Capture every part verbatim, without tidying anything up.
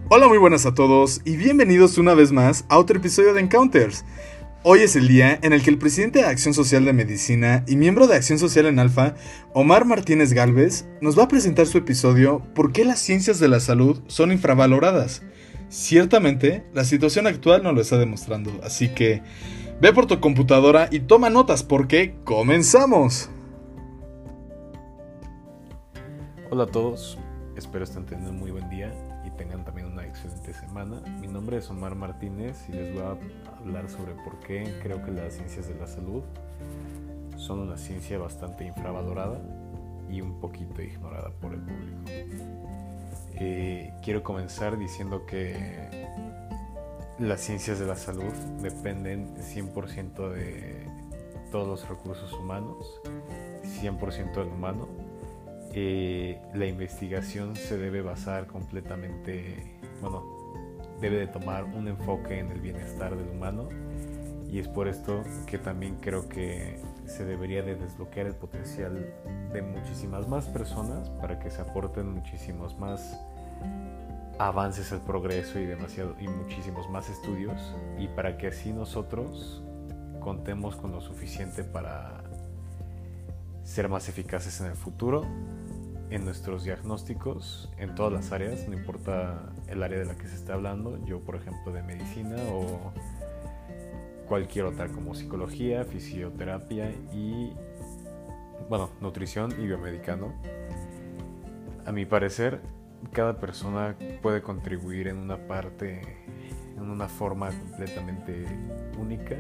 Hola, muy buenas a todos y bienvenidos una vez más a otro episodio de Encounters. Hoy es el día en el que el presidente de Acción Social de Medicina y miembro de Acción Social en Alfa, Omar Martínez Gálvez, nos va a presentar su episodio ¿Por qué las ciencias de la salud son infravaloradas? Ciertamente, la situación actual nos lo está demostrando, así que ve por tu computadora y toma notas porque ¡comenzamos! Hola a todos, espero estén teniendo un muy buen día y tengan también una excelente semana. Mi nombre es Omar Martínez y les voy a hablar sobre por qué creo que las ciencias de la salud son una ciencia bastante infravalorada y un poquito ignorada por el público. Eh, quiero comenzar diciendo que las ciencias de la salud dependen cien por ciento de todos los recursos humanos, cien por ciento del humano. Eh, la investigación se debe basar completamente, bueno, debe de tomar un enfoque en el bienestar del humano, y es por esto que también creo que se debería de desbloquear el potencial de muchísimas más personas para que se aporten muchísimos más avances al progreso y, demasiado, y muchísimos más estudios, y para que así nosotros contemos con lo suficiente para ser más eficaces en el futuro, en nuestros diagnósticos, en todas las áreas, no importa el área de la que se esté hablando. Yo, por ejemplo, de medicina o cualquier otra como psicología, fisioterapia y, bueno, nutrición y biomédica, ¿no? A mi parecer, cada persona puede contribuir en una parte, en una forma completamente única,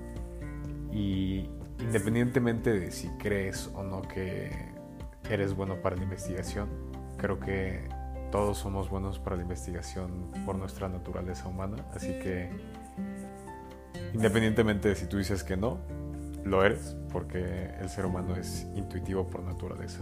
y independientemente de si crees o no que eres bueno para la investigación, creo que todos somos buenos para la investigación por nuestra naturaleza humana, así que independientemente de si tú dices que no, lo eres, porque el ser humano es intuitivo por naturaleza.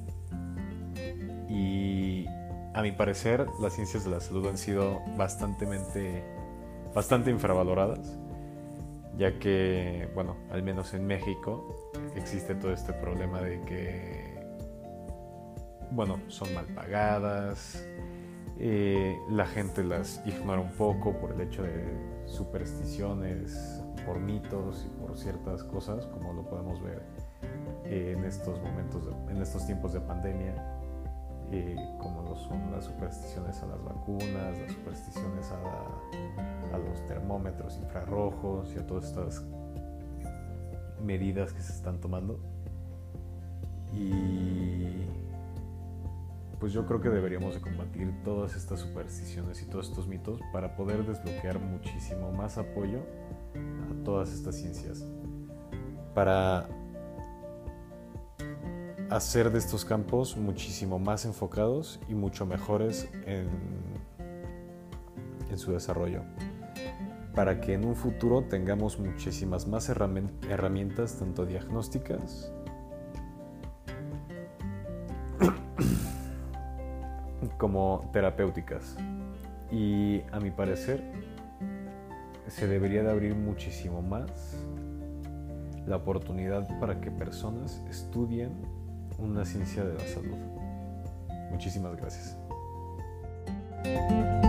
Y a mi parecer, las ciencias de la salud han sido bastante, bastante infravaloradas, ya que, bueno, al menos en México existe todo este problema de que, bueno, son mal pagadas, eh, la gente las ignora un poco por el hecho de supersticiones, por mitos y por ciertas cosas, como lo podemos ver eh, en estos momentos, de, en estos tiempos de pandemia, eh, como lo son las supersticiones a las vacunas, las supersticiones a, la, a los termómetros infrarrojos y a todas estas medidas que se están tomando. Y pues yo creo que deberíamos de combatir todas estas supersticiones y todos estos mitos para poder desbloquear muchísimo más apoyo a todas estas ciencias, para hacer de estos campos muchísimo más enfocados y mucho mejores en, en su desarrollo, para que en un futuro tengamos muchísimas más herramientas, tanto diagnósticas como terapéuticas. Y a mi parecer se debería de abrir muchísimo más la oportunidad para que personas estudien una ciencia de la salud. Muchísimas gracias.